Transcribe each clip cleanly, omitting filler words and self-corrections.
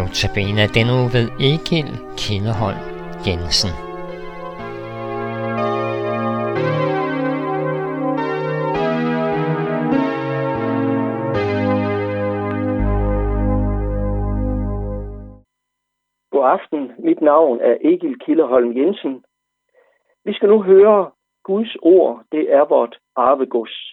Notabene denne uge ved Egil Kildeholm Jensen. God aften, mit navn er Egil Kildeholm Jensen. Vi skal nu høre Guds ord, det er vort arvegods.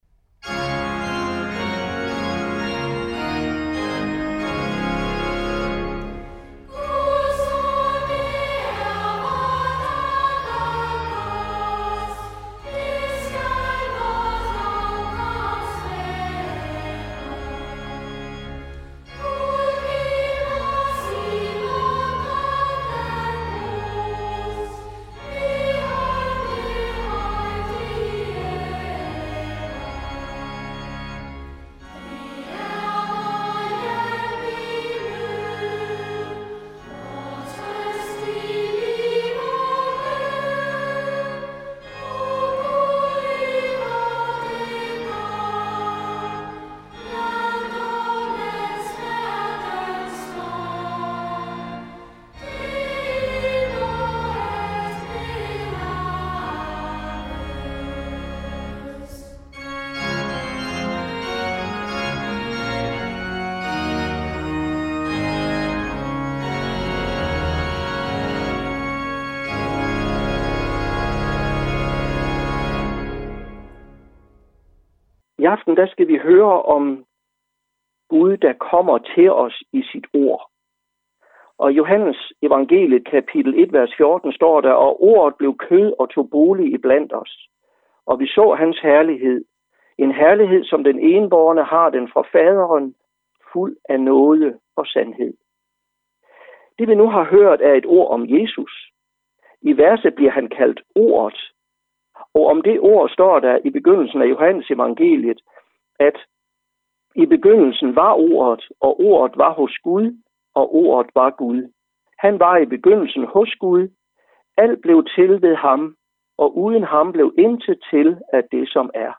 I aften der skal vi høre om Gud, der kommer til os i sit ord. Og i Johannes evangeliet kapitel 1, vers 14 står der, og ordet blev kød og tog bolig iblandt os. Og vi så hans herlighed. En herlighed, som den enbårne har den fra faderen, fuld af nåde og sandhed. Det vi nu har hørt er et ord om Jesus. I verset bliver han kaldt ordet. Og om det ord står der i begyndelsen af Johannes evangeliet, at i begyndelsen var ordet, og ordet var hos Gud, og ordet var Gud. Han var i begyndelsen hos Gud. Alt blev til ved ham, og uden ham blev intet til af det, som er.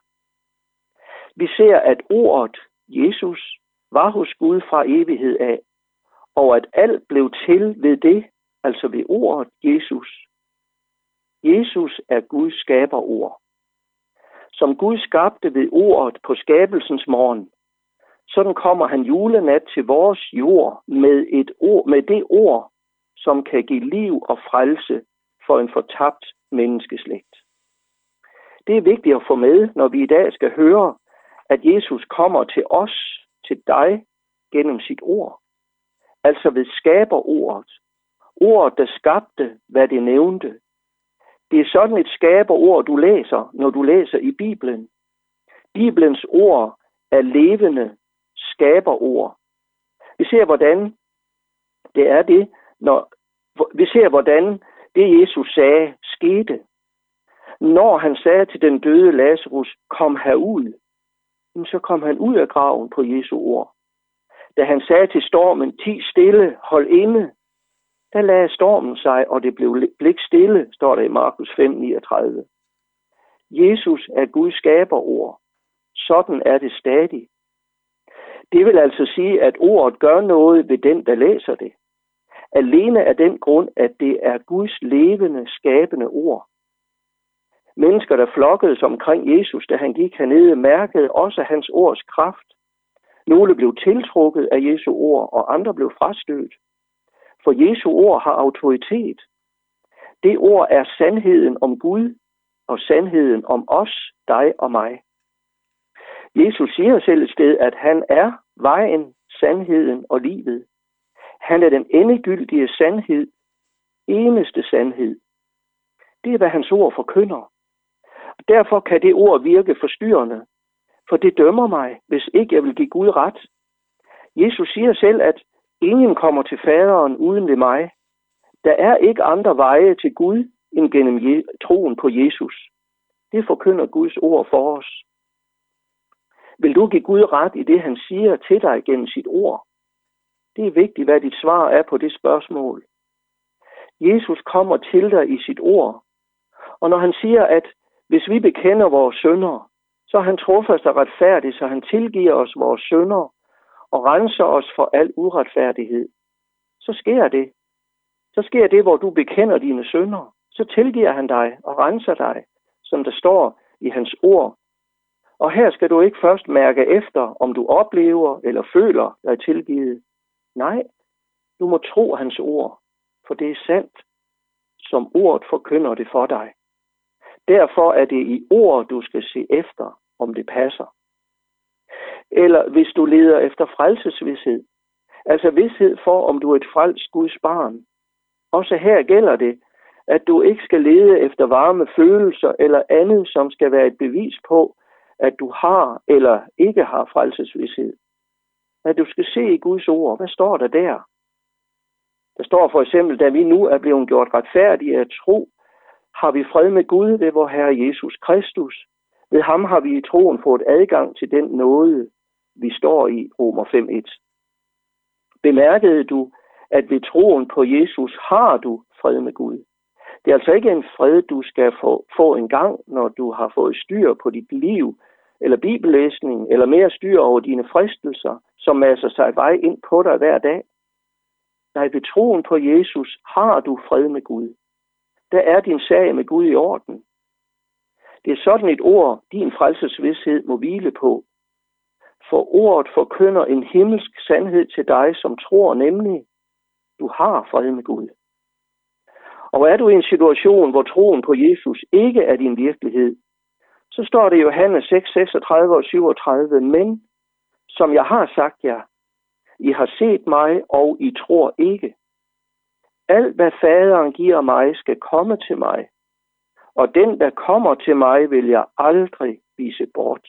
Vi ser, at ordet, Jesus, var hos Gud fra evighed af, og at alt blev til ved det, altså ved ordet, Jesus. Jesus er Guds skaberord. Som Gud skabte ved ordet på skabelsens morgen, sådan kommer han julenat til vores jord med det ord, som kan give liv og frelse for en fortabt menneskeslægt. Det er vigtigt at få med, når vi i dag skal høre, at Jesus kommer til os, til dig, gennem sit ord. Altså ved skaberordet. Ordet, der skabte, hvad det nævnte. Det er sådan et skaberord, du læser, når du læser i Bibelen. Bibelens ord er levende skaberord. Vi ser, hvordan det er det, vi ser, hvordan det, Jesus sagde, skete. Når han sagde til den døde Lazarus, kom herud, så kom han ud af graven på Jesu ord. Da han sagde til stormen, ti stille, hold inde, der lagde stormen sig, og det blev blikstille, står der i Markus 5:39. Jesus er Guds skaberord. Sådan er det stadig. Det vil altså sige, at ordet gør noget ved den, der læser det. Alene af den grund, at det er Guds levende, skabende ord. Mennesker, der flokkedes omkring Jesus, da han gik hernede, mærkede også hans ords kraft. Nogle blev tiltrukket af Jesu ord, og andre blev frastødt. For Jesu ord har autoritet. Det ord er sandheden om Gud og sandheden om os, dig og mig. Jesus siger selv et sted, at han er vejen, sandheden og livet. Han er den endegyldige sandhed, eneste sandhed. Det er, hvad hans ord forkynder. Derfor kan det ord virke forstyrrende, for det dømmer mig, hvis ikke jeg vil give Gud ret. Jesus siger selv, at ingen kommer til faderen uden ved mig. Der er ikke andre veje til Gud end gennem troen på Jesus. Det forkynder Guds ord for os. Vil du give Gud ret i det, han siger til dig gennem sit ord? Det er vigtigt, hvad dit svar er på det spørgsmål. Jesus kommer til dig i sit ord. Og når han siger, at hvis vi bekender vores synder, så har han truffet sig retfærdigt, så han tilgiver os vores synder og renser os for al uretfærdighed. så sker det. Så sker det, hvor du bekender dine synder. Så tilgiver han dig og renser dig, som der står i hans ord. Og her skal du ikke først mærke efter, om du oplever eller føler dig tilgivet. Nej, du må tro hans ord, for det er sandt, som ordet forkynder det for dig. Derfor er det i ord, du skal se efter, om det passer. Eller hvis du leder efter frelsesvished, altså vished for, om du er et frelst Guds barn. Også her gælder det, at du ikke skal lede efter varme følelser eller andet, som skal være et bevis på, at du har eller ikke har frelsesvished. At du skal se i Guds ord. Hvad står der der? Der står for eksempel, da vi nu er blevet gjort retfærdige af tro, har vi fred med Gud ved vor Herre Jesus Kristus. Ved ham har vi i troen fået adgang til den nåde, vi står i, Romer 5:1. Bemærkede du, at ved troen på Jesus har du fred med Gud? Det er altså ikke en fred, du skal få en gang, når du har fået styr på dit liv, eller bibellæsning, eller mere styr over dine fristelser, som masser sig vej ind på dig hver dag. Nej, ved troen på Jesus har du fred med Gud. Der er din sag med Gud i orden. Det er sådan et ord, din frelsesvidshed må hvile på. For ordet forkynder en himmelsk sandhed til dig, som tror, nemlig, du har fred med Gud. Og er du i en situation, hvor troen på Jesus ikke er din virkelighed, så står det i Johannes 6, 36 og 37, men som jeg har sagt jer, I har set mig, og I tror ikke. Alt hvad faderen giver mig, skal komme til mig, og den, der kommer til mig, vil jeg aldrig vise bort.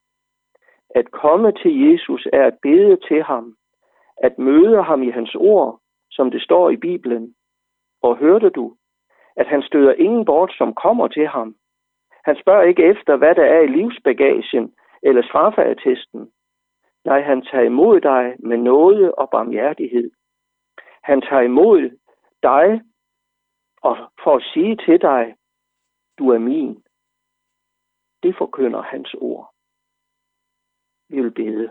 At komme til Jesus er at bede til ham, at møde ham i hans ord, som det står i Bibelen. Og hørte du, at han støder ingen bort, som kommer til ham. Han spørger ikke efter, hvad der er i livsbagagen eller straffeattesten. Nej, han tager imod dig med nåde og barmhjertighed. Han tager imod dig og for at sige til dig, du er min. Det forkynder hans ord. Vi vil bede.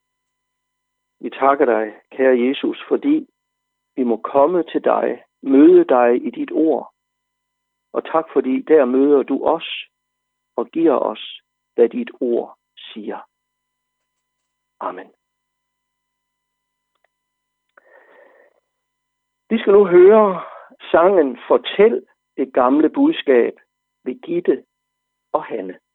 Vi takker dig, kære Jesus, fordi vi må komme til dig, møde dig i dit ord. Og tak fordi der møder du os og giver os, hvad dit ord siger. Amen. Vi skal nu høre sangen Fortæl det gamle budskab ved Gitte og Hanne.